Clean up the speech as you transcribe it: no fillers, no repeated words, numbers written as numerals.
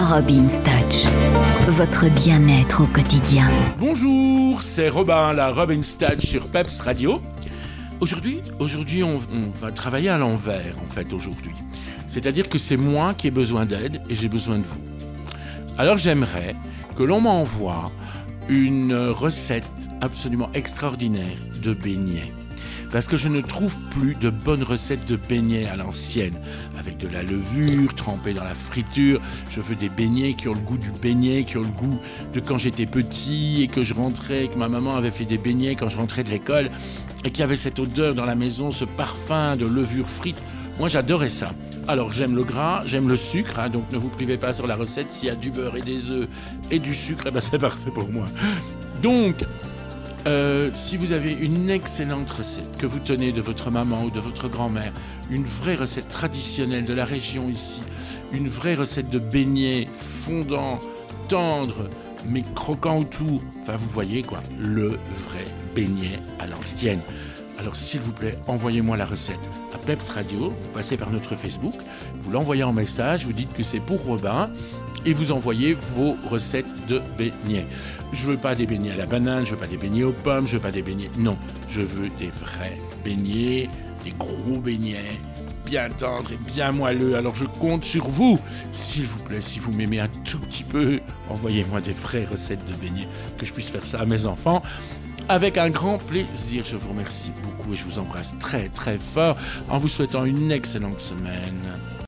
Robin's Touch, votre bien-être au quotidien. Bonjour, c'est Robin, la Robin's Touch sur Peps Radio. Aujourd'hui, on va travailler à l'envers, en fait, aujourd'hui. C'est-à-dire que c'est moi qui ai besoin d'aide et j'ai besoin de vous. Alors j'aimerais que l'on m'envoie une recette absolument extraordinaire de beignets. Parce que je ne trouve plus de bonnes recettes de beignets à l'ancienne, avec de la levure trempée dans la friture. Je veux des beignets qui ont le goût du beignet, qui ont le goût de quand j'étais petit et que je rentrais, que ma maman avait fait des beignets quand je rentrais de l'école et qu'il y avait cette odeur dans la maison, ce parfum de levure frite. Moi, j'adorais ça. Alors, j'aime le gras, j'aime le sucre, donc ne vous privez pas sur la recette. S'il y a du beurre et des œufs et du sucre, c'est parfait pour moi. Donc, si vous avez une excellente recette que vous tenez de votre maman ou de votre grand-mère, une vraie recette traditionnelle de la région ici, une vraie recette de beignets fondant, tendre, mais croquant autour, enfin vous voyez quoi, le vrai beignet à l'ancienne. Alors s'il vous plaît, envoyez-moi la recette à Peps Radio, vous passez par notre Facebook, vous l'envoyez en message, vous dites que c'est pour Robin, et vous envoyez vos recettes de beignets. Je veux pas des beignets à la banane, je veux pas des beignets aux pommes, je veux pas des beignets... Non, je veux des vrais beignets, des gros beignets, bien tendres et bien moelleux. Alors je compte sur vous. S'il vous plaît, si vous m'aimez un tout petit peu, envoyez-moi des vraies recettes de beignets, que je puisse faire ça à mes enfants. Avec un grand plaisir, je vous remercie beaucoup et je vous embrasse très très fort en vous souhaitant une excellente semaine.